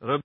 Re-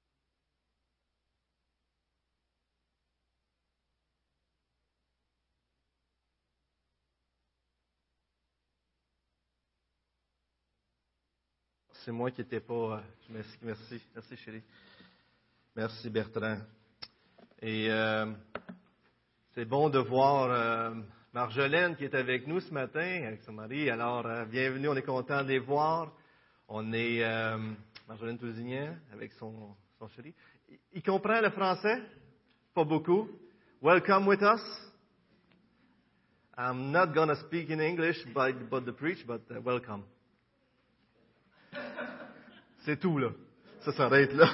C'est moi qui n'étais pas. Merci chérie. Merci Bertrand. Et c'est bon de voir Marjolaine qui est avec nous ce matin, avec son mari. Alors, bienvenue, on est content de les voir. On est Marjolaine Tousignan avec son chéri. Il comprend le français? Pas beaucoup. Welcome with us. I'm not going to speak in English but the preach, but welcome. C'est tout, là. Ça s'arrête là.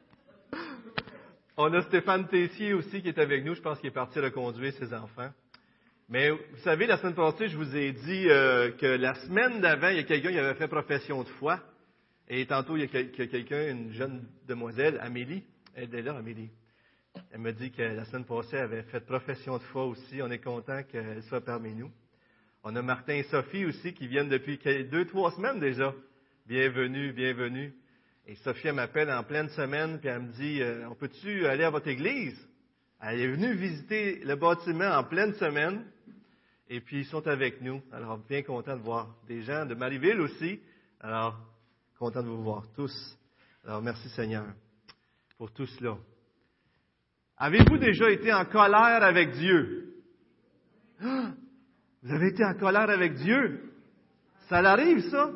On a Stéphane Tessier aussi qui est avec nous. Je pense qu'il est parti reconduire ses enfants. Mais vous savez, la semaine passée, je vous ai dit que la semaine d'avant, il y a quelqu'un qui avait fait profession de foi. Et tantôt, il y a quelqu'un, une jeune demoiselle, Amélie. Elle est là, Amélie. Elle me dit que la semaine passée, elle avait fait profession de foi aussi. On est content qu'elle soit parmi nous. On a Martin et Sophie aussi qui viennent depuis 2-3 semaines déjà. Bienvenue, bienvenue. Et Sophie, elle m'appelle en pleine semaine, puis elle me dit, on peut-tu aller à votre église? Elle est venue visiter le bâtiment en pleine semaine, et puis ils sont avec nous. Alors, bien content de voir des gens de Marieville aussi. Alors, content de vous voir tous. Alors, merci Seigneur pour tout cela. Avez-vous déjà été en colère avec Dieu? Ah! Vous avez été en colère avec Dieu? Ça l'arrive, ça?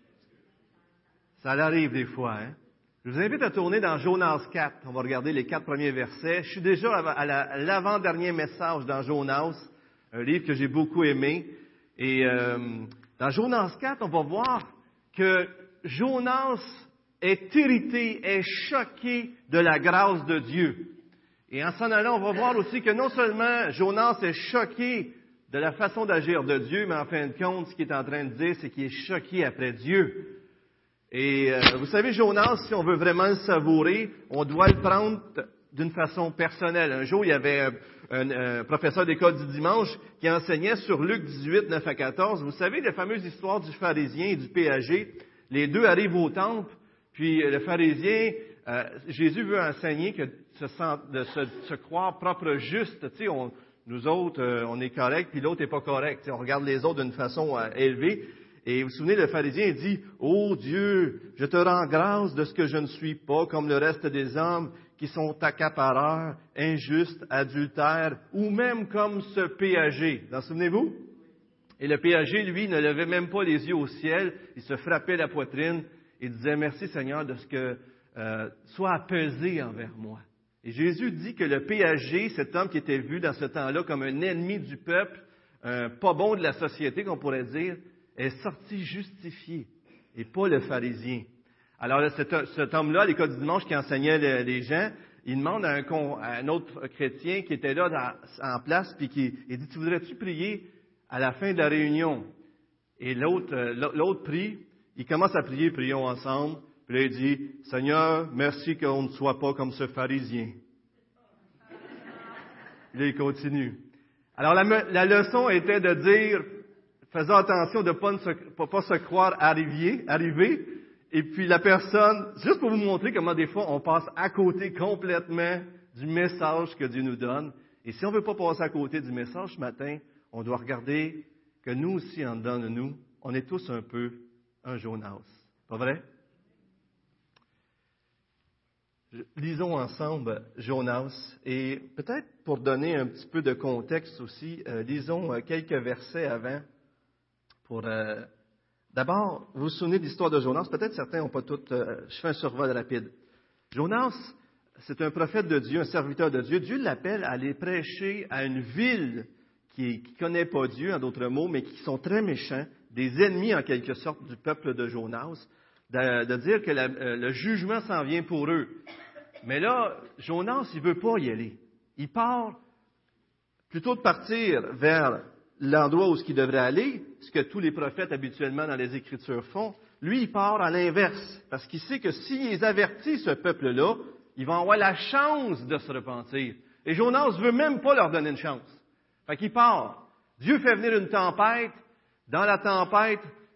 Ça l'arrive des fois, hein? Je vous invite à tourner dans Jonas 4. On va regarder les 4 premiers versets. Je suis déjà à l'avant-dernier message dans Jonas, un livre que j'ai beaucoup aimé. Et dans Jonas 4, on va voir que Jonas est irrité, est choqué de la grâce de Dieu. Et en s'en allant, on va voir aussi que non seulement Jonas est choqué de la façon d'agir de Dieu, mais en fin de compte, ce qu'il est en train de dire, c'est qu'il est choqué après Dieu. Et vous savez, Jonas, si on veut vraiment le savourer, on doit le prendre d'une façon personnelle. Un jour, il y avait un professeur d'école du dimanche qui enseignait sur Luc 18, 9 à 14. Vous savez, la fameuse histoire du pharisien et du péager. Les deux arrivent au temple, puis le pharisien, Jésus veut enseigner que de se croire propre juste. Tu sais, nous autres, on est correct, puis l'autre n'est pas correct. Tu sais, on regarde les autres d'une façon élevée. Et vous vous souvenez, le pharisien dit, « Ô Dieu, je te rends grâce de ce que je ne suis pas comme le reste des hommes qui sont accapareurs, injustes, adultères, ou même comme ce péager. » Vous en souvenez-vous? Et le péager, lui, ne levait même pas les yeux au ciel, il se frappait la poitrine et disait, « Merci Seigneur de ce que sois apaisé envers moi. » Et Jésus dit que le péager, cet homme qui était vu dans ce temps-là comme un ennemi du peuple, pas bon de la société, qu'on pourrait dire, est sorti justifié, et pas le pharisien. Alors, cet homme-là, à l'école du dimanche, qui enseignait les gens, il demande à un autre chrétien qui était là en place, puis il dit, « Tu voudrais-tu prier à la fin de la réunion? » Et l'autre prie, il commence à prier, prions ensemble, puis là, il dit, « Seigneur, merci qu'on ne soit pas comme ce pharisien. » Là, il continue. Alors, la leçon était de dire, faisons attention de ne pas se croire arriver. Et puis la personne, juste pour vous montrer comment des fois on passe à côté complètement du message que Dieu nous donne. Et si on ne veut pas passer à côté du message ce matin, on doit regarder que nous aussi, en dedans de nous, on est tous un peu un Jonas. Pas vrai? Lisons ensemble Jonas. Et peut-être pour donner un petit peu de contexte aussi, lisons quelques versets avant. D'abord, vous vous souvenez de l'histoire de Jonas? Peut-être certains n'ont pas toutes. Je fais un survol rapide. Jonas, c'est un prophète de Dieu, un serviteur de Dieu. Dieu l'appelle à aller prêcher à une ville qui ne connaît pas Dieu, en d'autres mots, mais qui sont très méchants, des ennemis en quelque sorte du peuple de Jonas, de dire que le jugement s'en vient pour eux. Mais là, Jonas, il ne veut pas y aller. Il part, plutôt de partir vers l'endroit où il devrait aller, ce que tous les prophètes habituellement dans les Écritures font, lui, il part à l'inverse, parce qu'il sait que s'il avertit ce peuple-là, ils vont avoir la chance de se repentir. Et Jonas ne veut même pas leur donner une chance. Fait qu'il part. Dieu fait venir une tempête. Dans la tempête,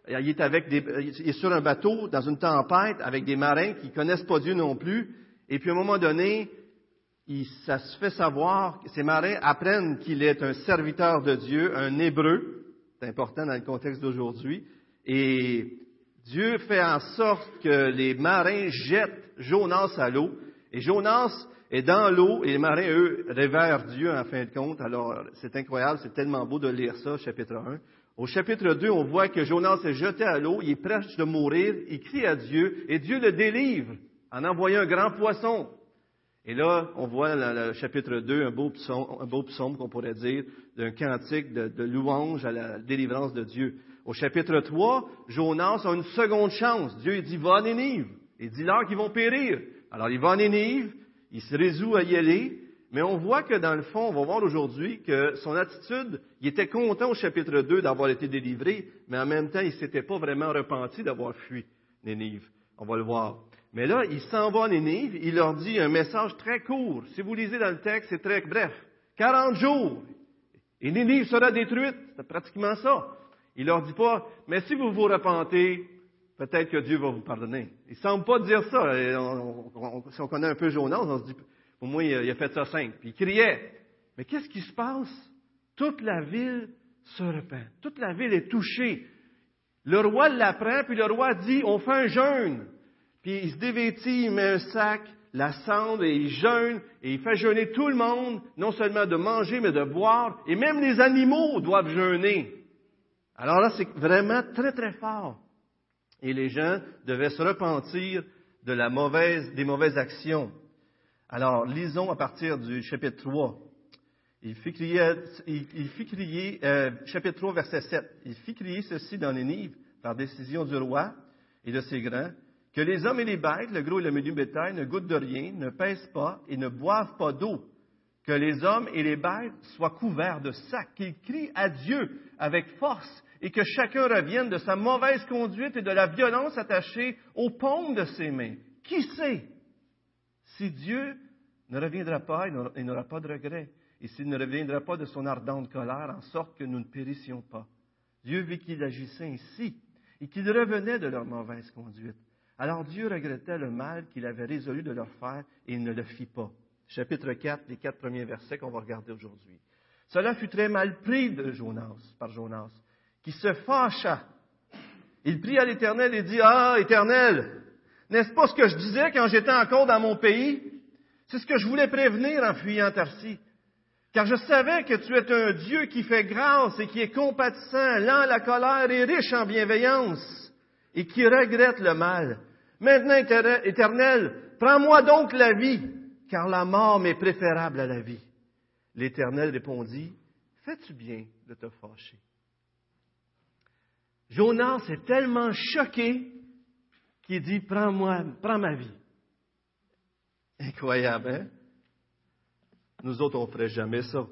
il est sur un bateau, dans une tempête, avec des marins qui ne connaissent pas Dieu non plus. Et puis, à un moment donné, ça se fait savoir, ces marins apprennent qu'il est un serviteur de Dieu, un Hébreu. C'est important dans le contexte d'aujourd'hui. Et Dieu fait en sorte que les marins jettent Jonas à l'eau. Et Jonas est dans l'eau et les marins, eux, révèrent Dieu en fin de compte. Alors, c'est incroyable, c'est tellement beau de lire ça, chapitre 1. Au chapitre 2, on voit que Jonas est jeté à l'eau, il est prêt de mourir, il crie à Dieu et Dieu le délivre en envoyant un grand poisson. Et là, on voit dans le chapitre 2 un beau psaume qu'on pourrait dire, d'un cantique de louange à la délivrance de Dieu. Au chapitre 3, Jonas a une seconde chance. Dieu il dit, va à Nénive. Il dit là qu'ils vont périr. Alors il va à Nénive, il se résout à y aller, mais on voit que dans le fond, on va voir aujourd'hui que son attitude, il était content au chapitre 2 d'avoir été délivré, mais en même temps, il ne s'était pas vraiment repenti d'avoir fui Nénive. On va le voir. Mais là, il s'en va à Nénive, il leur dit un message très court. Si vous lisez dans le texte, c'est très bref. 40 jours, et Nénive sera détruite. C'est pratiquement ça. Il leur dit pas, mais si vous vous repentez, peut-être que Dieu va vous pardonner. Il ne semble pas dire ça. Si on connaît un peu Jonas, on se dit, au moins, il a fait ça simple. Puis il criait. Mais qu'est-ce qui se passe? Toute la ville se repent. Toute la ville est touchée. Le roi l'apprend, puis le roi dit, on fait un jeûne. Puis il se dévêtit, il met un sac, la cendre, et il jeûne, et il fait jeûner tout le monde, non seulement de manger, mais de boire. Et même les animaux doivent jeûner. Alors là, c'est vraiment très, très fort. Et les gens devaient se repentir des mauvaises actions. Alors, lisons à partir du chapitre 3. Il fit crier, chapitre 3, verset 7. Il fit crier ceci dans Nénive, par décision du roi et de ses grands, que les hommes et les bêtes, le gros et le menu bétail, ne goûtent de rien, ne pèsent pas et ne boivent pas d'eau. Que les hommes et les bêtes soient couverts de sacs, qu'ils crient à Dieu avec force et que chacun revienne de sa mauvaise conduite et de la violence attachée aux paumes de ses mains. Qui sait? Si Dieu ne reviendra pas, il n'aura pas de regret. Et s'il ne reviendra pas de son ardente colère, en sorte que nous ne périssions pas. Dieu vit qu'il agissait ainsi et qu'ils revenaient de leur mauvaise conduite. Alors Dieu regrettait le mal qu'il avait résolu de leur faire et il ne le fit pas. Chapitre 4, les 4 premiers versets qu'on va regarder aujourd'hui. Cela fut très mal pris par Jonas, qui se fâcha. Il prie à l'Éternel et dit, « Ah, Éternel, n'est-ce pas ce que je disais quand j'étais encore dans mon pays? C'est ce que je voulais prévenir en fuyant Tarsis. Car je savais que tu es un Dieu qui fait grâce et qui est compatissant, lent à la colère et riche en bienveillance, et qui regrette le mal. Maintenant, Éternel, prends-moi donc la vie, car la mort m'est préférable à la vie. » L'Éternel répondit, « Fais-tu bien de te fâcher? » Jonas est tellement choqué qu'il dit, « Prends ma vie. » Incroyable, hein? Nous autres, on ne ferait jamais ça.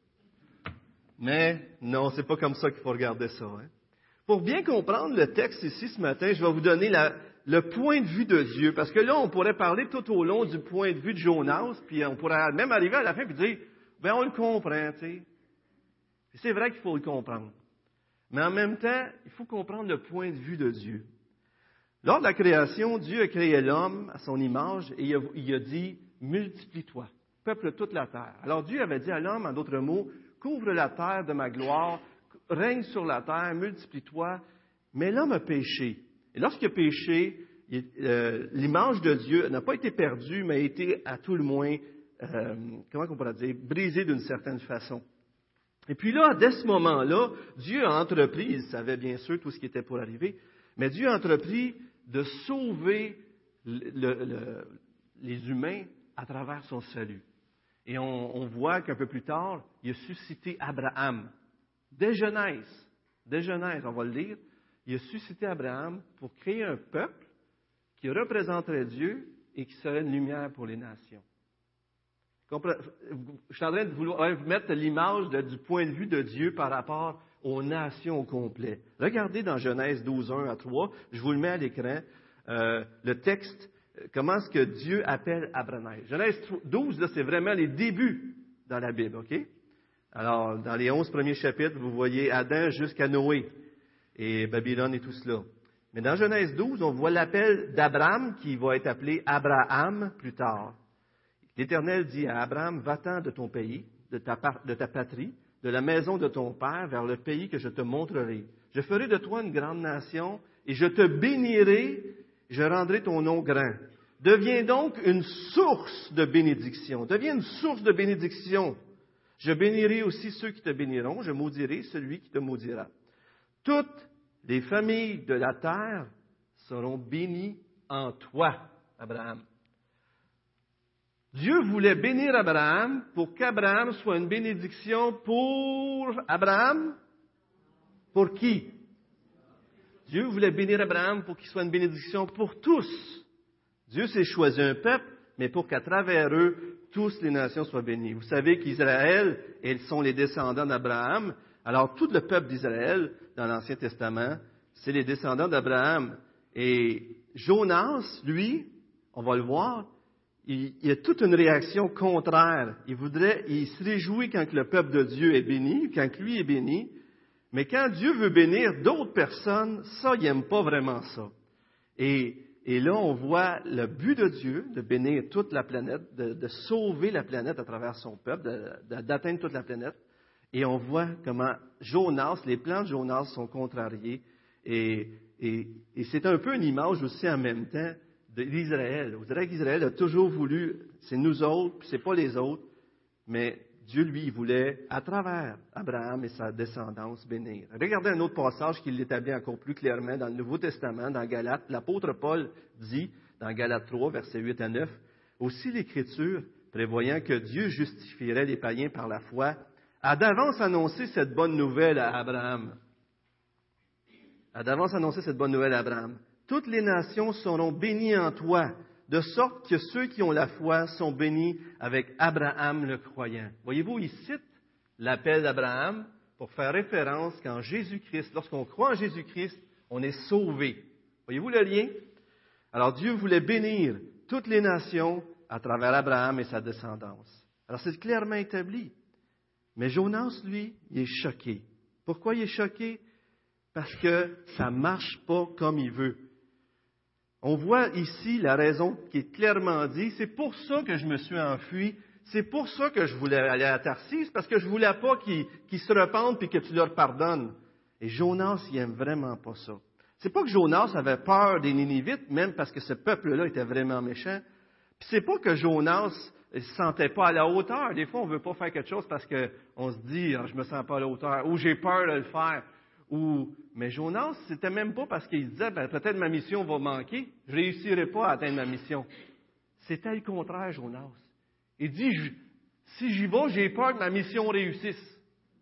Mais non, c'est pas comme ça qu'il faut regarder ça. Hein? Pour bien comprendre le texte ici ce matin, je vais vous donner le point de vue de Dieu. Parce que là, on pourrait parler tout au long du point de vue de Jonas, puis on pourrait même arriver à la fin et dire, ben on le comprend, tu sais. C'est vrai qu'il faut le comprendre. Mais en même temps, il faut comprendre le point de vue de Dieu. Lors de la création, Dieu a créé l'homme à son image et il a dit, multiplie-toi, peuple toute la terre. Alors Dieu avait dit à l'homme, en d'autres mots, couvre la terre de ma gloire, règne sur la terre, multiplie-toi. Mais l'homme a péché. Et lorsqu'il a péché, l'image de Dieu n'a pas été perdue, mais a été à tout le moins, comment on pourrait dire, brisée d'une certaine façon. Et puis là, dès ce moment-là, Dieu a entrepris, il savait bien sûr tout ce qui était pour arriver, mais Dieu a entrepris de sauver les humains à travers son salut. Et on voit qu'un peu plus tard, il a suscité Abraham. Dès Genèse, on va le lire, il a suscité Abraham pour créer un peuple qui représenterait Dieu et qui serait une lumière pour les nations. Je suis en train de vous mettre l'image du point de vue de Dieu par rapport aux nations au complet. Regardez dans Genèse 12, 1 à 3, je vous le mets à l'écran, le texte, comment est-ce que Dieu appelle Abraham. Genèse 12, là, c'est vraiment les débuts dans la Bible, OK? Alors, dans les 11 premiers chapitres, vous voyez Adam jusqu'à Noé. et Babylone et tout cela. Mais dans Genèse 12, on voit l'appel d'Abraham qui va être appelé Abraham plus tard. L'Éternel dit à Abraham, va-t'en de ton pays, de ta patrie, de la maison de ton père, vers le pays que je te montrerai. Je ferai de toi une grande nation, et je te bénirai, je rendrai ton nom grand. Deviens donc une source de bénédiction. Deviens une source de bénédiction. Je bénirai aussi ceux qui te béniront, je maudirai celui qui te maudira. Toutes les familles de la terre seront bénies en toi, Abraham. Dieu voulait bénir Abraham pour qu'Abraham soit une bénédiction pour Abraham. Pour qui? Dieu voulait bénir Abraham pour qu'il soit une bénédiction pour tous. Dieu s'est choisi un peuple, mais pour qu'à travers eux, tous les nations soient bénies. Vous savez qu'Israël, ils sont les descendants d'Abraham. Alors, tout le peuple d'Israël, dans l'Ancien Testament, c'est les descendants d'Abraham. Et Jonas, lui, on va le voir, il a toute une réaction contraire. Il se réjouit quand le peuple de Dieu est béni, quand lui est béni. Mais quand Dieu veut bénir d'autres personnes, ça, il n'aime pas vraiment ça. Et là, on voit le but de Dieu, de bénir toute la planète, de sauver la planète à travers son peuple, d'atteindre toute la planète. Et on voit comment les plans de Jonas sont contrariés. Et c'est un peu une image aussi en même temps d'Israël. On dirait qu'Israël a toujours voulu, c'est nous autres, puis c'est pas les autres, mais Dieu, lui, il voulait, à travers Abraham et sa descendance, bénir. Regardez un autre passage qui l'établit encore plus clairement dans le Nouveau Testament, dans Galates. L'apôtre Paul dit, dans Galates 3, versets 8 à 9, « Aussi l'Écriture, prévoyant que Dieu justifierait les païens par la foi, a d'avance annoncé cette bonne nouvelle à Abraham. » A d'avance annoncé cette bonne nouvelle à Abraham. « Toutes les nations seront bénies en toi, de sorte que ceux qui ont la foi sont bénis avec Abraham le croyant. » Voyez-vous, il cite l'appel d'Abraham pour faire référence qu'en Jésus-Christ, lorsqu'on croit en Jésus-Christ, on est sauvé. Voyez-vous le lien? Alors Dieu voulait bénir toutes les nations à travers Abraham et sa descendance. Alors c'est clairement établi. Mais Jonas, lui, il est choqué. Pourquoi il est choqué? Parce que ça ne marche pas comme il veut. On voit ici la raison qui est clairement dit. C'est pour ça que je me suis enfui. C'est pour ça que je voulais aller à Tarsis, parce que je ne voulais pas qu'ils se repentent et que tu leur pardonnes. Et Jonas, il n'aime vraiment pas ça. C'est pas que Jonas avait peur des Ninivites, même parce que ce peuple-là était vraiment méchant. Puis c'est pas que Jonas ne se sentait pas à la hauteur. Des fois, on ne veut pas faire quelque chose parce qu'on se dit « je me sens pas à la hauteur » ou « j'ai peur de le faire ». Mais Jonas, c'était même pas parce qu'il disait peut-être ma mission va manquer, je ne réussirai pas à atteindre ma mission. C'était le contraire, Jonas. Il dit si j'y vais, j'ai peur que ma mission réussisse.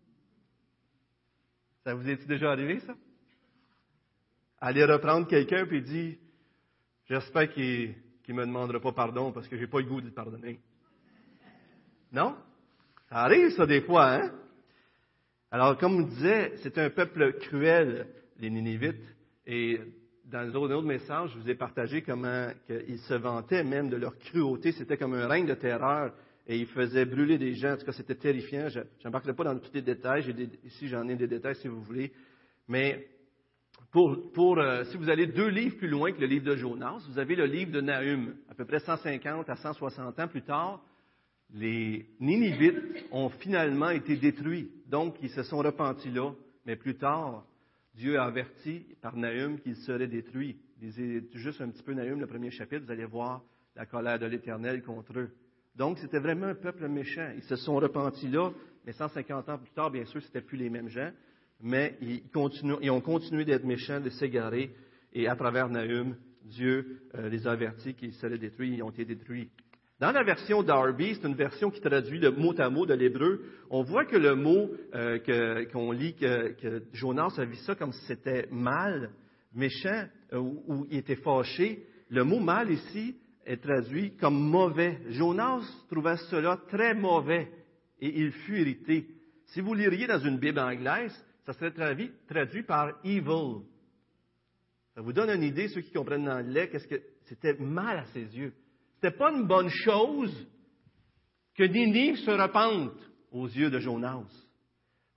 Ça vous est-il déjà arrivé, ça? Aller reprendre quelqu'un puis il dit j'espère qu'il ne me demandera pas pardon parce que je n'ai pas le goût de le pardonner. Non? Ça arrive, ça, des fois, hein? Alors, comme on disait, c'est un peuple cruel, les Ninivites, et dans un autre message, je vous ai partagé comment ils se vantaient même de leur cruauté. C'était comme un règne de terreur, et ils faisaient brûler des gens. En tout cas, c'était terrifiant. Je n'embarquerai pas dans tous les détails. Ici, j'en ai des détails si vous voulez. Mais si vous allez 2 livres plus loin que le livre de Jonas, vous avez le livre de Nahum, à peu près 150 à 160 ans plus tard. Les Ninivites ont finalement été détruits. Donc, ils se sont repentis là. Mais plus tard, Dieu a averti par Nahum qu'ils seraient détruits. Lisez juste un petit peu Nahum, le premier chapitre, vous allez voir la colère de l'Éternel contre eux. Donc, c'était vraiment un peuple méchant. Ils se sont repentis là, mais 150 ans plus tard, bien sûr, ce n'étaient plus les mêmes gens. Mais ils ont continué d'être méchants, de s'égarer. Et à travers Nahum, Dieu les a avertis qu'ils seraient détruits. Ils ont été détruits. Dans la version Darby, c'est une version qui traduit le mot à mot de l'hébreu. On voit que le mot qu'on lit, que Jonas a vu ça comme si c'était mal, méchant, ou il était fâché. Le mot mal ici est traduit comme mauvais. Jonas trouvait cela très mauvais et il fut irrité. Si vous liriez dans une Bible anglaise, ça serait traduit par evil. Ça vous donne une idée, ceux qui comprennent l'anglais, qu'est-ce que c'était mal à ses yeux. C'était pas une bonne chose que Ninive se repente aux yeux de Jonas.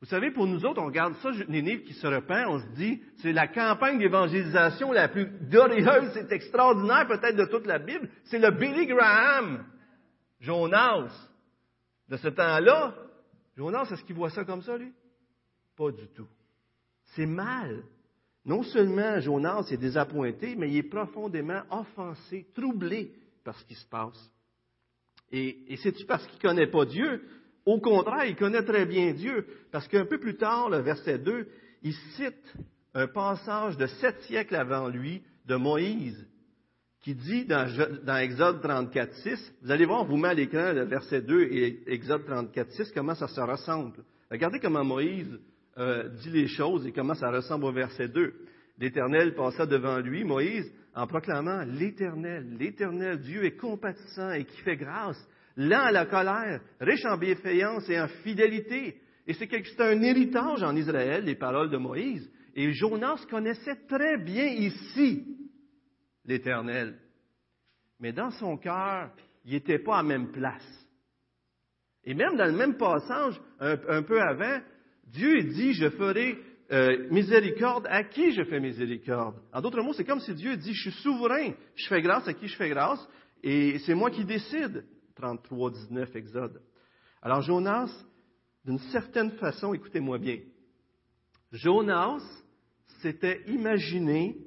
Vous savez, pour nous autres, on regarde ça, Nénive qui se repent, on se dit, c'est la campagne d'évangélisation la plus glorieuse, c'est extraordinaire peut-être de toute la Bible. C'est le Billy Graham, Jonas, de ce temps-là. Jonas, est-ce qu'il voit ça comme ça, lui? Pas du tout. C'est mal. Non seulement Jonas est désappointé, mais il est profondément offensé, troublé par ce qui se passe. Et c'est-tu parce qu'il ne connaît pas Dieu? Au contraire, il connaît très bien Dieu, parce qu'un peu plus tard, le verset 2, il cite un passage de 7 siècles avant lui, de Moïse, qui dit dans Exode 34:6, vous allez voir, on vous met à l'écran le verset 2 et Exode 34:6, comment ça se ressemble. Regardez comment Moïse dit les choses et comment ça ressemble au verset 2. L'Éternel passa devant lui, Moïse, en proclamant « L'Éternel, Dieu est compatissant et qui fait grâce, lent à la colère, riche en bienfaisance et en fidélité. » Et c'est un héritage en Israël, les paroles de Moïse. Et Jonas connaissait très bien ici l'Éternel. Mais dans son cœur, il n'était pas à la même place. Et même dans le même passage, un peu avant, Dieu dit « Je ferai miséricorde à qui je fais miséricorde. » En d'autres mots, c'est comme si Dieu dit « Je suis souverain, je fais grâce à qui je fais grâce, et c'est moi qui décide. » 33:19, Exode. Alors Jonas, d'une certaine façon, écoutez-moi bien, Jonas s'était imaginé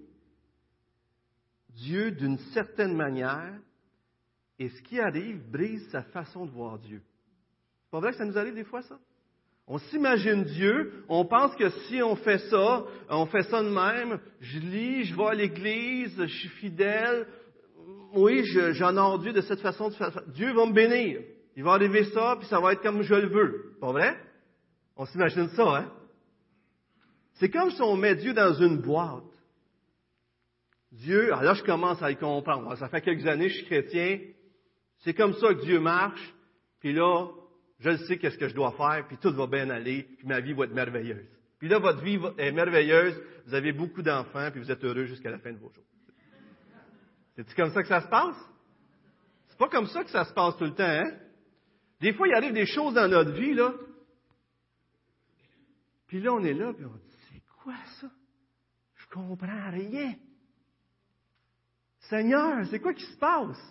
Dieu d'une certaine manière, et ce qui arrive brise sa façon de voir Dieu. C'est pas vrai que ça nous arrive des fois, ça? On s'imagine Dieu, on pense que si on fait ça de même, je lis, je vais à l'église, je suis fidèle, oui, j'honore Dieu de cette façon. Dieu va me bénir. Il va arriver ça, puis ça va être comme je le veux. Pas vrai? On s'imagine ça, hein? C'est comme si on met Dieu dans une boîte. Dieu, alors là, je commence à y comprendre. Ça fait quelques années que je suis chrétien. C'est comme ça que Dieu marche. Puis là, je sais qu'est-ce que je dois faire, puis tout va bien aller, puis ma vie va être merveilleuse. Puis là, votre vie est merveilleuse, vous avez beaucoup d'enfants, puis vous êtes heureux jusqu'à la fin de vos jours. C'est-tu comme ça que ça se passe? C'est pas comme ça que ça se passe tout le temps, hein? Des fois, il arrive des choses dans notre vie, là. Puis là, on est là, puis on dit, c'est quoi ça? Je comprends rien. Seigneur, c'est quoi qui se passe?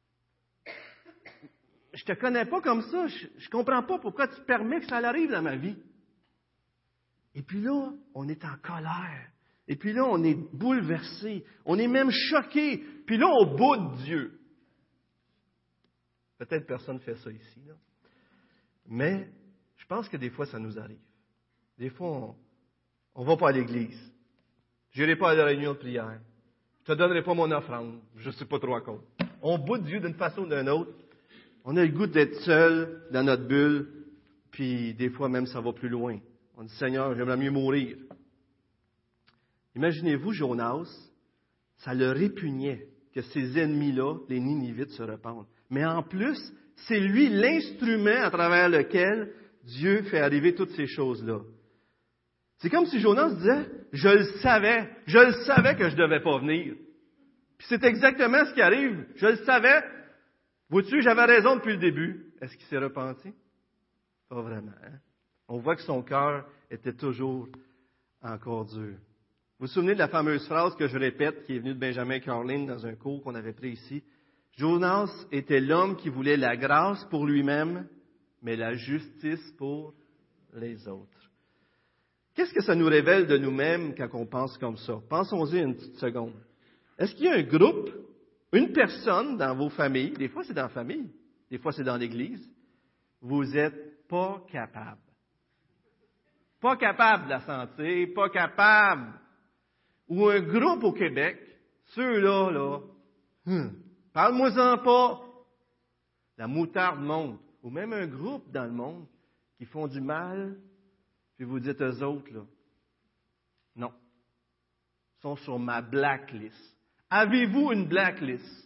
Je te connais pas comme ça. Je comprends pas pourquoi tu permets que ça arrive dans ma vie. Et puis là, on est en colère. Et puis là, on est bouleversé. On est même choqué. Puis là, on boude Dieu. Peut-être personne ne fait ça ici, là. Mais je pense que des fois, ça nous arrive. Des fois, on ne va pas à l'église. Je n'irai pas à la réunion de prière. Je ne te donnerai pas mon offrande. Je ne sais pas trop encore. On boude Dieu d'une façon ou d'une autre. On a le goût d'être seul dans notre bulle. Puis des fois, même, ça va plus loin. On dit, Seigneur, j'aimerais mieux mourir. Imaginez-vous, Jonas, ça le répugnait que ces ennemis-là, les Ninivites, se repentent. Mais en plus, c'est lui l'instrument à travers lequel Dieu fait arriver toutes ces choses-là. C'est comme si Jonas disait, je le savais que je ne devais pas venir. Puis c'est exactement ce qui arrive. Je le savais. Vois-tu, j'avais raison depuis le début. Est-ce qu'il s'est repenti? Pas vraiment. Hein? On voit que son cœur était toujours encore dur. Vous vous souvenez de la fameuse phrase que je répète, qui est venue de Benjamin Carlin dans un cours qu'on avait pris ici? Jonas était l'homme qui voulait la grâce pour lui-même, mais la justice pour les autres. Qu'est-ce que ça nous révèle de nous-mêmes quand on pense comme ça? Pensons-y une petite seconde. Est-ce qu'il y a un groupe, une personne dans vos familles, des fois c'est dans la famille, des fois c'est dans l'Église, vous n'êtes pas capable. Pas capable de la sentir, pas capable. Ou un groupe au Québec, ceux-là, parle-moi-en pas. La moutarde monte. Ou même un groupe dans le monde qui font du mal, puis vous dites aux autres, là, non, ils sont sur ma blacklist. Avez-vous une blacklist?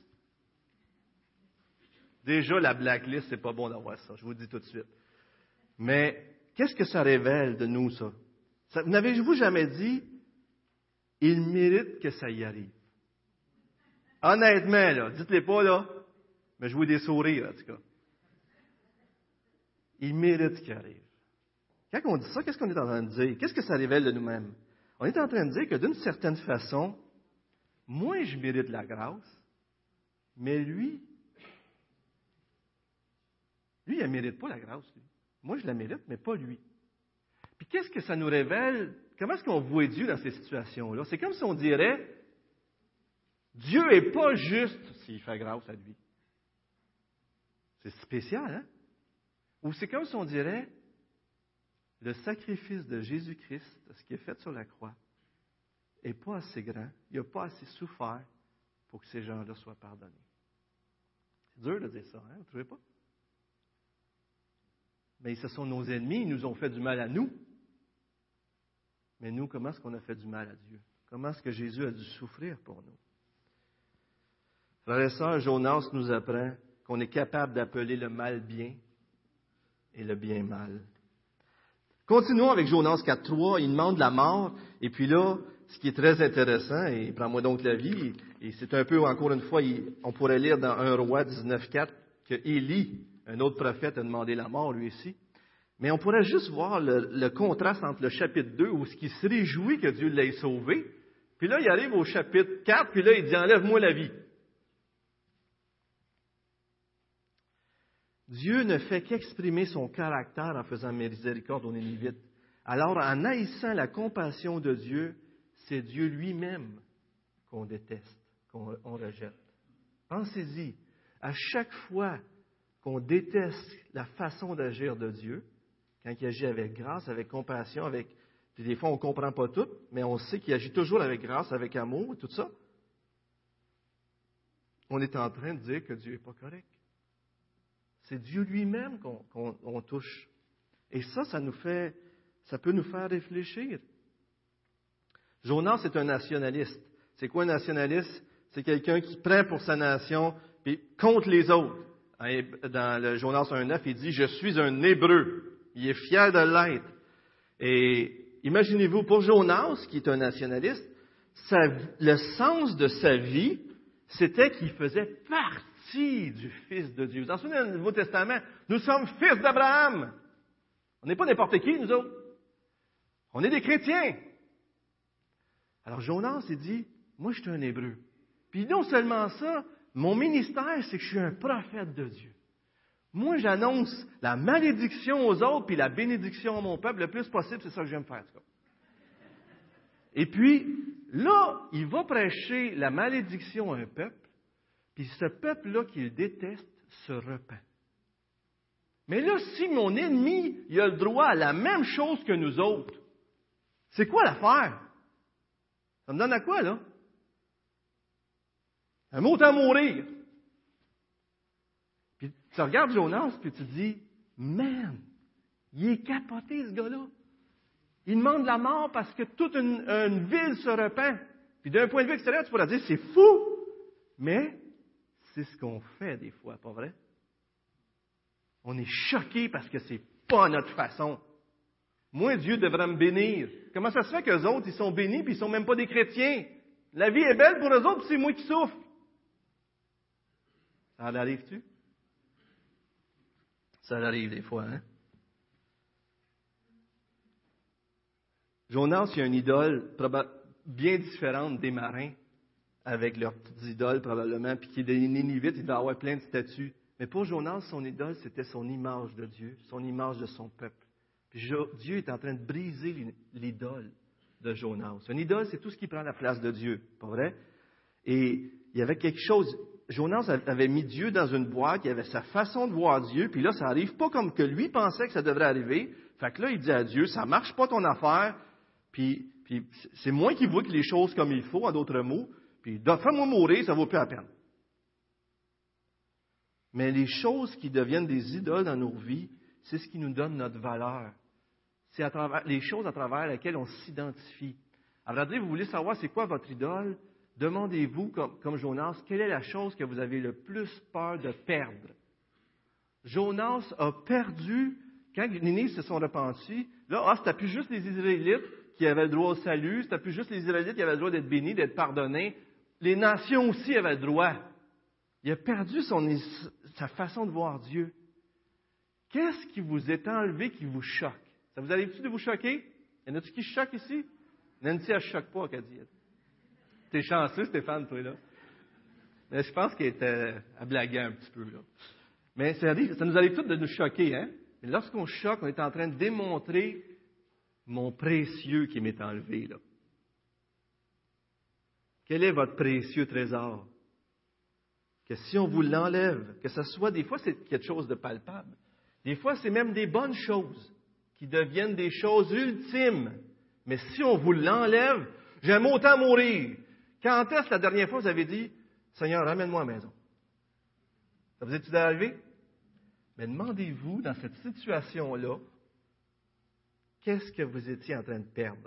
Déjà, la blacklist, c'est pas bon d'avoir ça, je vous le dis tout de suite. Mais qu'est-ce que ça révèle de nous, ça? N'avez-vous jamais dit, il mérite que ça y arrive? Honnêtement, là, dites-les pas, là, mais je vois des sourires, en tout cas. Il mérite qu'il arrive. Quand on dit ça, qu'est-ce qu'on est en train de dire? Qu'est-ce que ça révèle de nous-mêmes? On est en train de dire que d'une certaine façon, moi, je mérite la grâce, mais lui, il ne mérite pas la grâce, lui. Moi, je la mérite, mais pas lui. Puis qu'est-ce que ça nous révèle? Comment est-ce qu'on voit Dieu dans ces situations-là? C'est comme si on dirait, Dieu n'est pas juste s'il fait grâce à lui. C'est spécial, hein? Ou c'est comme si on dirait, le sacrifice de Jésus-Christ, ce qui est fait sur la croix, n'est pas assez grand, il n'a pas assez souffert pour que ces gens-là soient pardonnés. C'est dur de dire ça, hein? Vous ne trouvez pas? Mais ce sont nos ennemis, ils nous ont fait du mal à nous. Mais nous, comment est-ce qu'on a fait du mal à Dieu? Comment est-ce que Jésus a dû souffrir pour nous? Frères et sœurs, Jonas nous apprend qu'on est capable d'appeler le mal bien et le bien mal. Continuons avec Jonas 4.3, il demande la mort, et puis là, ce qui est très intéressant, et prends-moi donc la vie, et c'est un peu, encore une fois, on pourrait lire dans 1 Roi 19.4 que Élie, un autre prophète, a demandé la mort, lui aussi. Mais on pourrait juste voir le contraste entre le chapitre 2, où ce qui se réjouit que Dieu l'ait sauvé, puis là, il arrive au chapitre 4, puis là, il dit « Enlève-moi la vie ». Dieu ne fait qu'exprimer son caractère en faisant miséricorde aux Nénivites. Alors, en haïssant la compassion de Dieu, c'est Dieu lui-même qu'on déteste, qu'on rejette. Pensez-y, à chaque fois qu'on déteste la façon d'agir de Dieu, quand il agit avec grâce, avec compassion, puis des fois on ne comprend pas tout, mais on sait qu'il agit toujours avec grâce, avec amour, tout ça, on est en train de dire que Dieu n'est pas correct. C'est Dieu lui-même qu'on touche. Et ça peut nous faire réfléchir. Jonas est un nationaliste. C'est quoi un nationaliste? C'est quelqu'un qui prend pour sa nation puis contre les autres. Dans le Jonas 1.9, il dit « Je suis un Hébreu ». Il est fier de l'être. Et imaginez-vous, pour Jonas, qui est un nationaliste, le sens de sa vie, c'était qu'il faisait partie du Fils de Dieu. Vous vous souvenez dans le Nouveau Testament, nous sommes fils d'Abraham. On n'est pas n'importe qui, nous autres. On est des chrétiens. Alors Jonas, il dit, moi je suis un Hébreu. Puis non seulement ça, mon ministère, c'est que je suis un prophète de Dieu. Moi, j'annonce la malédiction aux autres, puis la bénédiction à mon peuple, le plus possible, c'est ça que j'aime faire. Et puis, là, il va prêcher la malédiction à un peuple, puis ce peuple-là qu'il déteste se repent. Mais là, si mon ennemi, il a le droit à la même chose que nous autres, c'est quoi l'affaire? Ça me donne à quoi, là? Un mot à mourir. Puis tu regardes Jonas, puis tu te dis, man, il est capoté, ce gars-là. Il demande la mort parce que toute une ville se repent. Puis d'un point de vue extérieur, tu pourrais dire, c'est fou. Mais c'est ce qu'on fait des fois, pas vrai? On est choqué parce que c'est pas notre façon. Moi, Dieu devrait me bénir. Comment ça se fait qu'eux autres, ils sont bénis puis ils sont même pas des chrétiens? La vie est belle pour eux autres, puis c'est moi qui souffre. Ça en arrive-tu? Ça arrive des fois, hein? Jonas, il y a une idole bien différente des marins, avec leurs petites idoles probablement, puis qui est des Nénivites, il devait avoir plein de statues. Mais pour Jonas, son idole, c'était son image de Dieu, son image de son peuple. Puis Dieu est en train de briser l'idole de Jonas. Une idole, c'est tout ce qui prend la place de Dieu, pas vrai? Et il y avait quelque chose, Jonas avait mis Dieu dans une boîte, il avait sa façon de voir Dieu, puis là, ça n'arrive pas comme que lui pensait que ça devrait arriver. Fait que là, il dit à Dieu, ça marche pas ton affaire, puis c'est moi qui vois que les choses comme il faut, en d'autres mots, puis fais-moi mourir, ça vaut plus la peine. Mais les choses qui deviennent des idoles dans nos vies, c'est ce qui nous donne notre valeur. C'est les choses à travers lesquelles on s'identifie. À vrai dire, vous voulez savoir c'est quoi votre idole? Demandez-vous, comme Jonas, quelle est la chose que vous avez le plus peur de perdre? Jonas a perdu, quand les Nénives se sont repentis, là, c'était plus juste les Israélites qui avaient le droit au salut, c'était plus juste les Israélites qui avaient le droit d'être bénis, d'être pardonnés. Les nations aussi avaient le droit. Il a perdu sa façon de voir Dieu. Qu'est-ce qui vous est enlevé qui vous choque? Ça vous arrive-tu de vous choquer? Y en a-tu qui se choquent ici? Nancy, elle ne choque pas, Acadie. T'es chanceux, Stéphane, toi, là. Mais je pense qu'elle était à blaguer un petit peu, là. Mais ça nous arrive tous de nous choquer, hein? Mais lorsqu'on choque, on est en train de démontrer mon précieux qui m'est enlevé, là. Quel est votre précieux trésor? Que si on vous l'enlève, que ce soit, des fois, c'est quelque chose de palpable. Des fois, c'est même des bonnes choses qui deviennent des choses ultimes. Mais si on vous l'enlève, j'aime autant mourir. Quand est-ce la dernière fois vous avez dit, Seigneur, ramène-moi à la maison? Ça vous est-il arrivé? Mais demandez-vous, dans cette situation-là, qu'est-ce que vous étiez en train de perdre?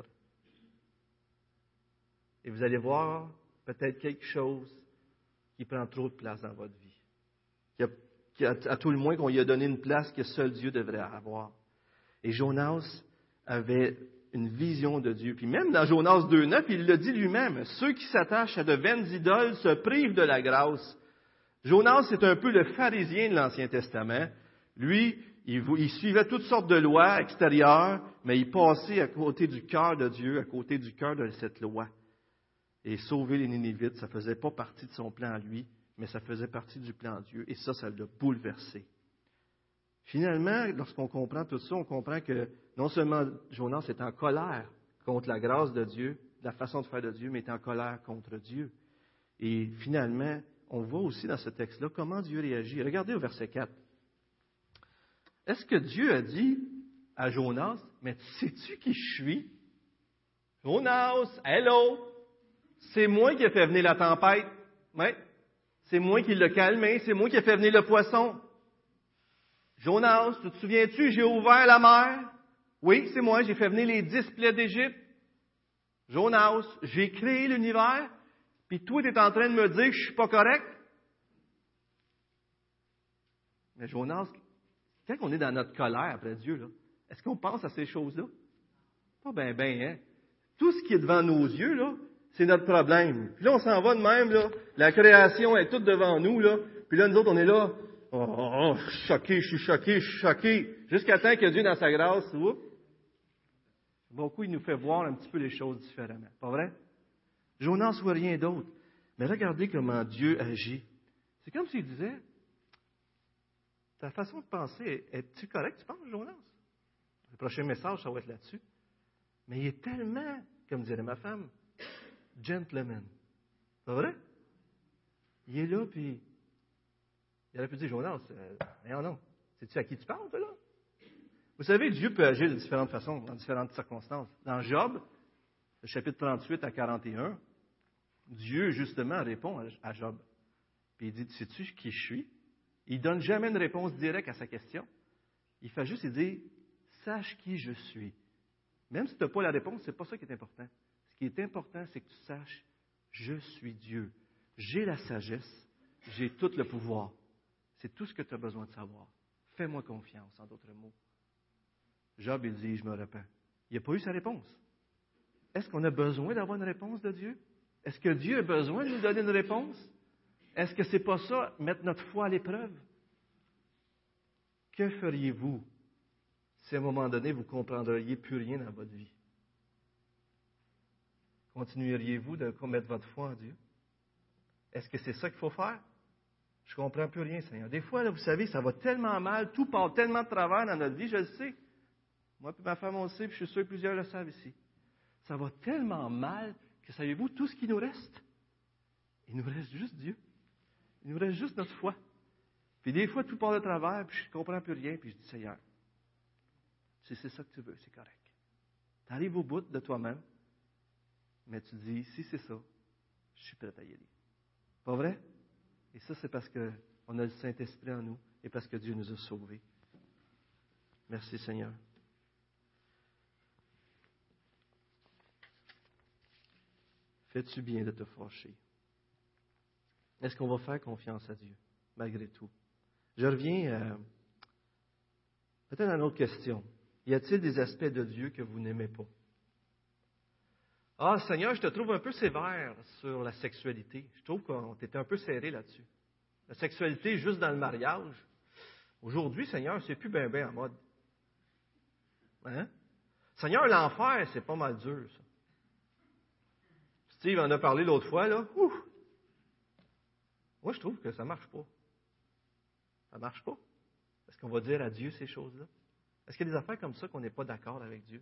Et vous allez voir peut-être quelque chose qui prend trop de place dans votre vie. À tout le moins qu'on lui a donné une place que seul Dieu devrait avoir. Et Jonas avait une vision de Dieu. Puis même dans Jonas 2,9, il le dit lui-même, ceux qui s'attachent à de vaines idoles se privent de la grâce. Jonas, c'est un peu le pharisien de l'Ancien Testament. Lui, il suivait toutes sortes de lois extérieures, mais il passait à côté du cœur de Dieu, à côté du cœur de cette loi. Et sauver les Ninivites, ça ne faisait pas partie de son plan à lui, mais ça faisait partie du plan de Dieu. Et ça l'a bouleversé. Finalement, lorsqu'on comprend tout ça, on comprend que non seulement Jonas est en colère contre la grâce de Dieu, la façon de faire de Dieu, mais est en colère contre Dieu. Et finalement, on voit aussi dans ce texte-là comment Dieu réagit. Regardez au verset 4. Est-ce que Dieu a dit à Jonas, mais sais-tu qui je suis? Jonas, hello! C'est moi qui ai fait venir la tempête. Oui. C'est moi qui l'ai calmé. C'est moi qui ai fait venir le poisson. Jonas, tu te souviens-tu, j'ai ouvert la mer? Oui, c'est moi, j'ai fait venir les 10 plaies d'Égypte. Jonas, j'ai créé l'univers, puis toi, tu es en train de me dire que je suis pas correct? Mais Jonas, quand on est dans notre colère après Dieu, là, est-ce qu'on pense à ces choses-là? Pas bien, hein? Tout ce qui est devant nos yeux, là, c'est notre problème. Puis là, on s'en va de même, là. La création est toute devant nous, là. Puis là, nous autres, on est là. Je suis choqué. Jusqu'à temps que Dieu, dans sa grâce, beaucoup, il nous fait voir un petit peu les choses différemment. Pas vrai? Jonas ne voit rien d'autre. Mais regardez comment Dieu agit. C'est comme s'il disait, ta façon de penser, es-tu correct, tu penses, Jonas? Le prochain message, ça va être là-dessus. Mais il est tellement, comme dirait ma femme, gentleman. Pas vrai? Il est là, puis il aurait pu dire, Jonas, non. Sais-tu à qui tu parles, toi, là? Vous savez, Dieu peut agir de différentes façons, dans différentes circonstances. Dans Job, le chapitre 38 à 41, Dieu, justement, répond à Job. Puis il dit, sais-tu qui je suis? Il ne donne jamais une réponse directe à sa question. Il fait juste, il dit, sache qui je suis. Même si tu n'as pas la réponse, ce n'est pas ça qui est important. Ce qui est important, c'est que tu saches, je suis Dieu. J'ai la sagesse, j'ai tout le pouvoir. C'est tout ce que tu as besoin de savoir. Fais-moi confiance, en d'autres mots. Job, il dit, je me repens. Il n'a pas eu sa réponse. Est-ce qu'on a besoin d'avoir une réponse de Dieu? Est-ce que Dieu a besoin de nous donner une réponse? Est-ce que ce n'est pas ça, mettre notre foi à l'épreuve? Que feriez-vous si à un moment donné, vous ne comprendriez plus rien dans votre vie? Continueriez-vous de mettre votre foi en Dieu? Est-ce que c'est ça qu'il faut faire? Je ne comprends plus rien, Seigneur. Des fois, là, vous savez, ça va tellement mal, tout part tellement de travers dans notre vie, je le sais. Moi et ma femme, on le sait, puis je suis sûr que plusieurs le savent ici. Ça va tellement mal que, savez-vous, tout ce qui nous reste, il nous reste juste Dieu. Il nous reste juste notre foi. Puis des fois, tout part de travers, puis je ne comprends plus rien, puis je dis, Seigneur, si c'est ça que tu veux, c'est correct. Tu arrives au bout de toi-même, mais tu dis, si c'est ça, je suis prêt à y aller. Pas vrai? Et ça, c'est parce qu'on a le Saint-Esprit en nous et parce que Dieu nous a sauvés. Merci, Seigneur. Fais-tu bien de te fâcher? Est-ce qu'on va faire confiance à Dieu, malgré tout? Je reviens peut-être à une autre question. Y a-t-il des aspects de Dieu que vous n'aimez pas? Ah, Seigneur, je te trouve un peu sévère sur la sexualité. Je trouve qu'on était un peu serré là-dessus. La sexualité juste dans le mariage. Aujourd'hui, Seigneur, c'est plus bien en mode. Hein? Seigneur, l'enfer, c'est pas mal dur, ça. Steve en a parlé l'autre fois, là. Ouf! Moi, je trouve que ça marche pas. Ça marche pas. Est-ce qu'on va dire à Dieu ces choses-là? Est-ce qu'il y a des affaires comme ça qu'on n'est pas d'accord avec Dieu?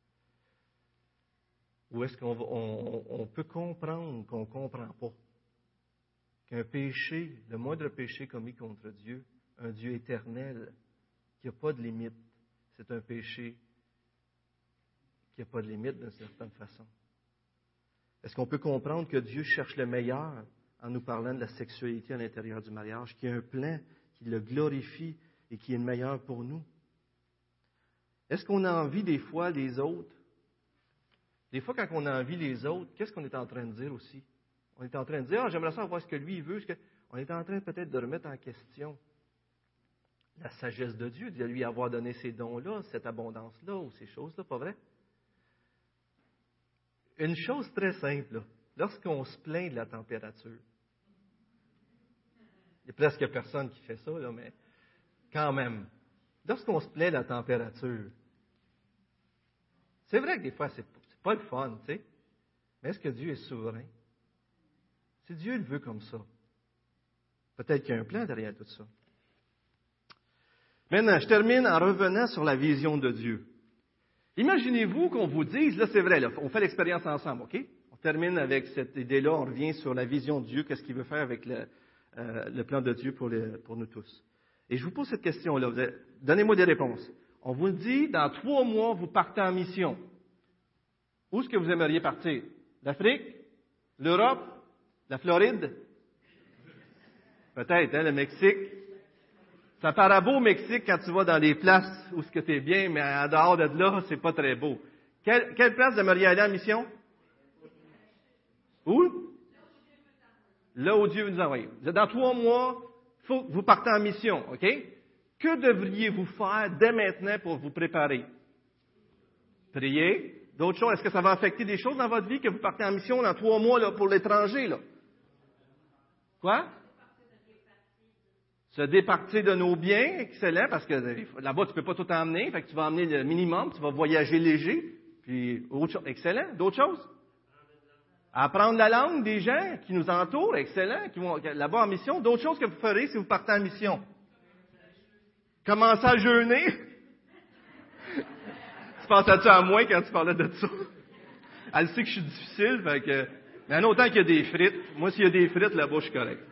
Ou est-ce qu'on peut comprendre qu'on ne comprend pas? Qu'un péché, le moindre péché commis contre Dieu, un Dieu éternel, qui n'a pas de limite, c'est un péché qui n'a pas de limite d'une certaine façon. Est-ce qu'on peut comprendre que Dieu cherche le meilleur en nous parlant de la sexualité à l'intérieur du mariage, qu'il y a un plan qui le glorifie et qui est le meilleur pour nous? Est-ce qu'on a envie des fois les autres? Des fois, quand on a envie les autres, qu'est-ce qu'on est en train de dire aussi? On est en train de dire, j'aimerais savoir ce que lui veut. On est en train peut-être de remettre en question la sagesse de Dieu, de lui avoir donné ces dons-là, cette abondance-là, ou ces choses-là, pas vrai? Une chose très simple, là, lorsqu'on se plaint de la température, il n'y a presque personne qui fait ça, là, mais quand même, lorsqu'on se plaint de la température, c'est vrai que des fois, c'est pas le fun, tu sais, mais est-ce que Dieu est souverain? Si Dieu le veut comme ça, peut-être qu'il y a un plan derrière tout ça. Maintenant, je termine en revenant sur la vision de Dieu. Imaginez-vous qu'on vous dise, là c'est vrai, là, on fait l'expérience ensemble, OK? On termine avec cette idée-là, on revient sur la vision de Dieu, qu'est-ce qu'il veut faire avec le plan de Dieu pour nous tous. Et je vous pose cette question-là, donnez-moi des réponses. On vous dit, dans 3 mois, vous partez en mission. Où est-ce que vous aimeriez partir? L'Afrique? L'Europe? La Floride? Peut-être, hein, le Mexique? Ça paraît beau au Mexique quand tu vas dans des places où tu es bien, mais en dehors de là, c'est pas très beau. Quelle place vous aimeriez aller en mission? Où? Là où Dieu vous envoie. Dans 3 mois, faut que vous partez en mission, OK? Que devriez-vous faire dès maintenant pour vous préparer? Prier. D'autres choses, est-ce que ça va affecter des choses dans votre vie que vous partez en mission dans 3 mois là, pour l'étranger? Là? Quoi? Se départir de nos biens, excellent, parce que là-bas, tu ne peux pas tout emmener, fait que tu vas emmener le minimum, tu vas voyager léger, puis autre chose, excellent. D'autres choses? Apprendre la langue des gens qui nous entourent, excellent, qui vont là-bas en mission. D'autres choses que vous ferez si vous partez en mission? Commencer à jeûner. Tu pensais-tu à moi quand tu parlais de ça? Elle sait que je suis difficile, fait que... Mais en autant qu'il y a des frites, moi, s'il y a des frites, là-bas, je suis correct.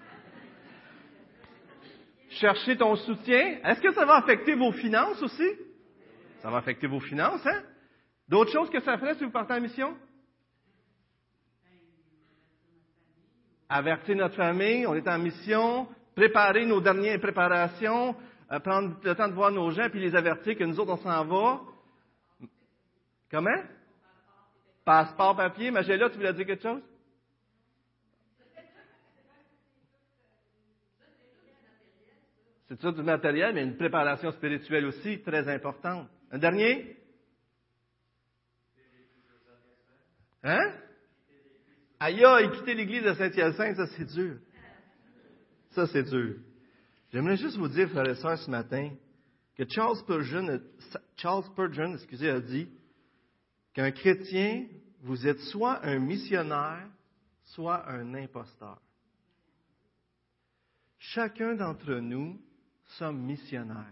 Chercher ton soutien. Est-ce que ça va affecter vos finances aussi? Ça va affecter vos finances, hein? D'autres choses que ça ferait si vous partez en mission? Avertir notre famille, on est en mission, préparer nos dernières préparations, prendre le temps de voir nos gens, puis les avertir que nous autres, on s'en va. Comment? Passeport, papier. Magella, tu voulais dire quelque chose? C'est ça du matériel, mais une préparation spirituelle aussi, très importante. Un dernier? Hein? Aïe, quitter l'église de Saint-Hyacinthe, ça c'est dur. Ça c'est dur. J'aimerais juste vous dire, frères et sœurs, ce matin, que Charles Spurgeon a dit qu'un chrétien, vous êtes soit un missionnaire, soit un imposteur. Chacun d'entre nous sommes missionnaires.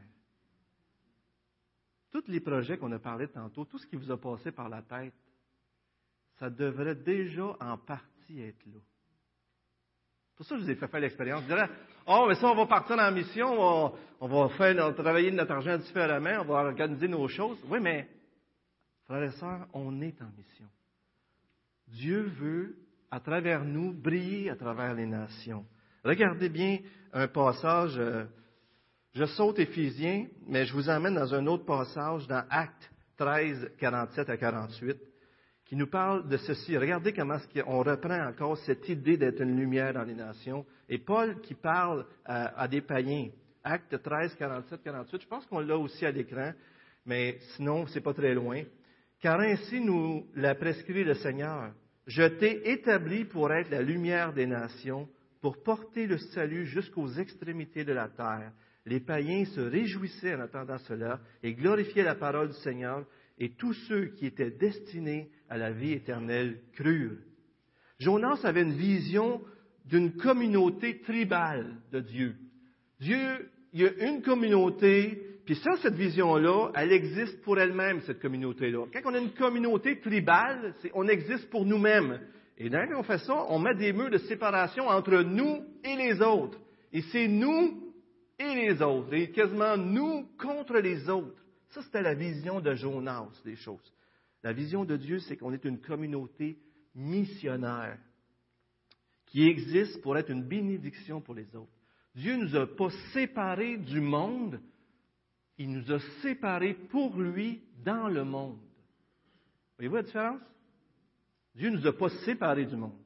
Tous les projets qu'on a parlé tantôt, tout ce qui vous a passé par la tête, ça devrait déjà en partie être là. C'est pour ça que je vous ai fait faire l'expérience. Je dirais, mais ça, on va partir en mission, on va travailler notre argent différemment, on va organiser nos choses. Oui, mais, frères et sœurs, on est en mission. Dieu veut, à travers nous, briller à travers les nations. Regardez bien un passage, je saute Éphésiens, mais je vous emmène dans un autre passage, dans Actes 13, 47 à 48, qui nous parle de ceci. Regardez comment on reprend encore cette idée d'être une lumière dans les nations. Et Paul qui parle à des païens. Actes 13, 47, 48, je pense qu'on l'a aussi à l'écran, mais sinon, c'est pas très loin. Car ainsi nous l'a prescrit le Seigneur. Je t'ai établi pour être la lumière des nations, pour porter le salut jusqu'aux extrémités de la terre. Les païens se réjouissaient en attendant cela et glorifiaient la parole du Seigneur, et tous ceux qui étaient destinés à la vie éternelle crurent. Jonas avait une vision d'une communauté tribale de Dieu. Dieu, il y a une communauté, puis ça, cette vision-là, elle existe pour elle-même, cette communauté-là. Quand on a une communauté tribale, on existe pour nous-mêmes. Et quand on fait ça, on met des murs de séparation entre nous et les autres. Et c'est nous et les autres, et quasiment nous contre les autres. Ça, c'était la vision de Jonas des choses. La vision de Dieu, c'est qu'on est une communauté missionnaire qui existe pour être une bénédiction pour les autres. Dieu ne nous a pas séparés du monde, il nous a séparés pour lui dans le monde. Voyez-vous la différence? Dieu ne nous a pas séparés du monde.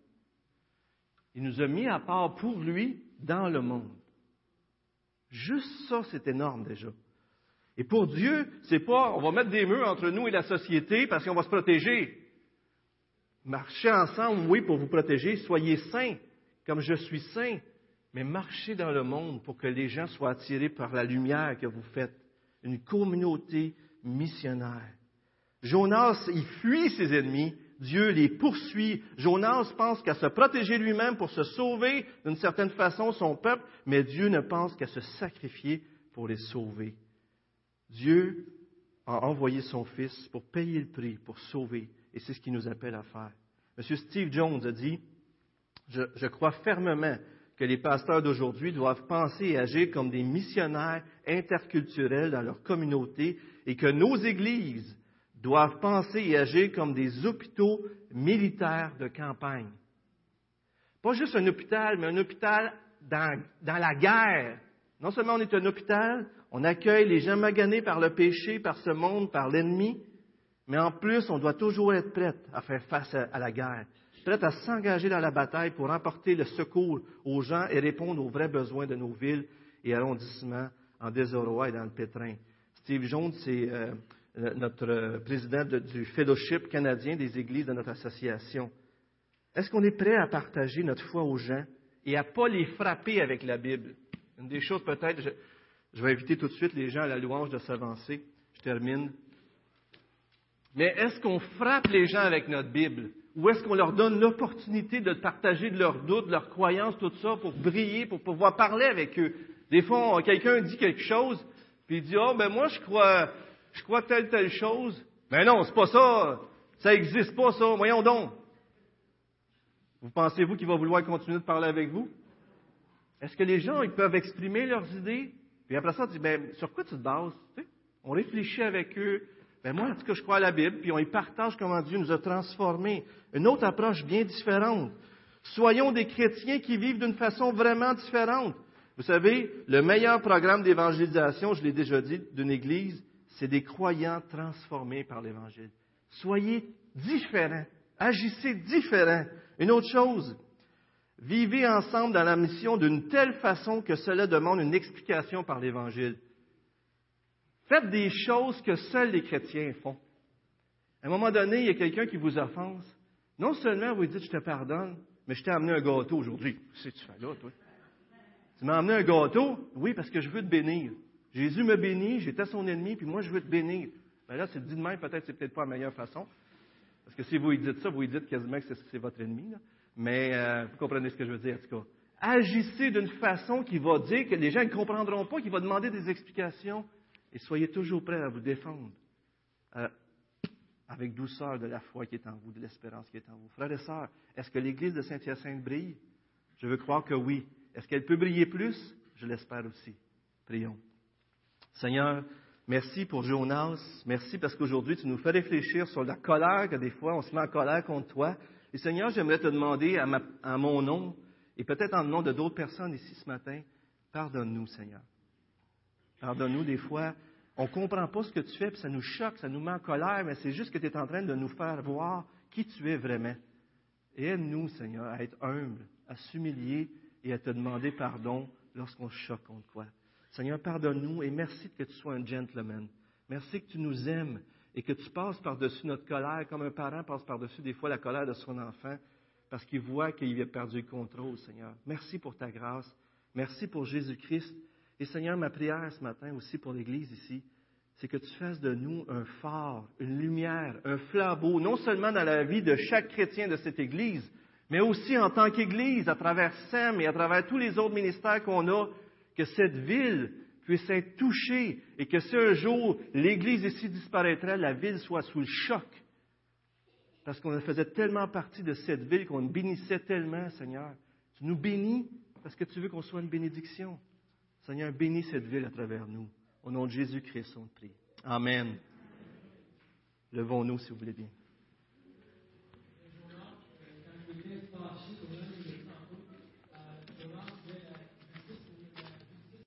Il nous a mis à part pour lui dans le monde. Juste ça, c'est énorme déjà. Et pour Dieu, c'est pas, on va mettre des murs entre nous et la société parce qu'on va se protéger. Marchez ensemble, oui, pour vous protéger. Soyez saints, comme je suis saint. Mais marchez dans le monde pour que les gens soient attirés par la lumière que vous faites. Une communauté missionnaire. Jonas, il fuit ses ennemis. Dieu les poursuit. Jonas pense qu'à se protéger lui-même pour se sauver d'une certaine façon son peuple, mais Dieu ne pense qu'à se sacrifier pour les sauver. Dieu a envoyé son Fils pour payer le prix, pour sauver. Et c'est ce qu'il nous appelle à faire. M. Steve Jones a dit, je crois fermement que les pasteurs d'aujourd'hui doivent penser et agir comme des missionnaires interculturels dans leur communauté et que nos églises doivent penser et agir comme des hôpitaux militaires de campagne. Pas juste un hôpital, mais un hôpital dans la guerre. Non seulement on est un hôpital, on accueille les gens maganés par le péché, par ce monde, par l'ennemi, mais en plus, on doit toujours être prêt à faire face à la guerre, prêt à s'engager dans la bataille pour emporter le secours aux gens et répondre aux vrais besoins de nos villes et arrondissements en Désorois et dans le Pétrin. Steve Jones, c'est notre président du Fellowship canadien des églises de notre association. Est-ce qu'on est prêt à partager notre foi aux gens et à ne pas les frapper avec la Bible? Une des choses peut-être, je vais inviter tout de suite les gens à la louange de s'avancer. Je termine. Mais est-ce qu'on frappe les gens avec notre Bible? Ou est-ce qu'on leur donne l'opportunité de partager de leurs doutes, de leurs croyances, tout ça, pour briller, pour pouvoir parler avec eux? Des fois, quelqu'un dit quelque chose, puis il dit, moi, je crois telle chose. Mais non, c'est pas ça. Ça n'existe pas, ça. Voyons donc. Vous pensez-vous qu'il va vouloir continuer de parler avec vous? Est-ce que les gens, ils peuvent exprimer leurs idées? Puis après ça, on dit, sur quoi tu te bases? Tu sais? On réfléchit avec eux. Moi, en tout cas, je crois à la Bible, puis on y partage comment Dieu nous a transformés. Une autre approche bien différente. Soyons des chrétiens qui vivent d'une façon vraiment différente. Vous savez, le meilleur programme d'évangélisation, je l'ai déjà dit, d'une Église, c'est des croyants transformés par l'Évangile. Soyez différents. Agissez différents. Une autre chose, vivez ensemble dans la mission d'une telle façon que cela demande une explication par l'Évangile. Faites des choses que seuls les chrétiens font. À un moment donné, il y a quelqu'un qui vous offense. Non seulement vous dites « je te pardonne », mais je t'ai amené un gâteau aujourd'hui. Qu'est-ce que tu fais là, toi? Tu m'as amené un gâteau? Oui, parce que je veux te bénir. Jésus me bénit, j'étais son ennemi, puis moi je veux te bénir. Là, c'est dit de même, peut-être c'est peut-être pas la meilleure façon. Parce que si vous lui dites ça, vous lui dites quasiment que c'est votre ennemi. Là. Mais vous comprenez ce que je veux dire, en tout cas. Agissez d'une façon qui va dire que les gens ne comprendront pas, qui va demander des explications. Et soyez toujours prêts à vous défendre avec douceur de la foi qui est en vous, de l'espérance qui est en vous. Frères et sœurs, est-ce que l'Église de Saint-Hyacinthe brille? Je veux croire que oui. Est-ce qu'elle peut briller plus? Je l'espère aussi. Prions. Seigneur, merci pour Jonas. Merci parce qu'aujourd'hui, tu nous fais réfléchir sur la colère que des fois, on se met en colère contre toi. Et Seigneur, j'aimerais te demander à mon nom, et peut-être en nom de d'autres personnes ici ce matin, pardonne-nous, Seigneur. Pardonne-nous, des fois, on ne comprend pas ce que tu fais, puis ça nous choque, ça nous met en colère, mais c'est juste que tu es en train de nous faire voir qui tu es vraiment. Et aide-nous, Seigneur, à être humbles, à s'humilier et à te demander pardon lorsqu'on se choque contre toi. Seigneur, pardonne-nous et merci que tu sois un gentleman. Merci que tu nous aimes et que tu passes par-dessus notre colère, comme un parent passe par-dessus des fois la colère de son enfant, parce qu'il voit qu'il a perdu le contrôle, Seigneur. Merci pour ta grâce. Merci pour Jésus-Christ. Et Seigneur, ma prière ce matin aussi pour l'Église ici, c'est que tu fasses de nous un phare, une lumière, un flambeau, non seulement dans la vie de chaque chrétien de cette Église, mais aussi en tant qu'Église, à travers SEM et à travers tous les autres ministères qu'on a, que cette ville puisse être touchée et que si un jour l'Église ici disparaîtrait, la ville soit sous le choc. Parce qu'on faisait tellement partie de cette ville qu'on bénissait tellement, Seigneur. Tu nous bénis parce que tu veux qu'on soit une bénédiction. Seigneur, bénis cette ville à travers nous. Au nom de Jésus-Christ, on te prie. Amen. Levons-nous, si vous voulez bien.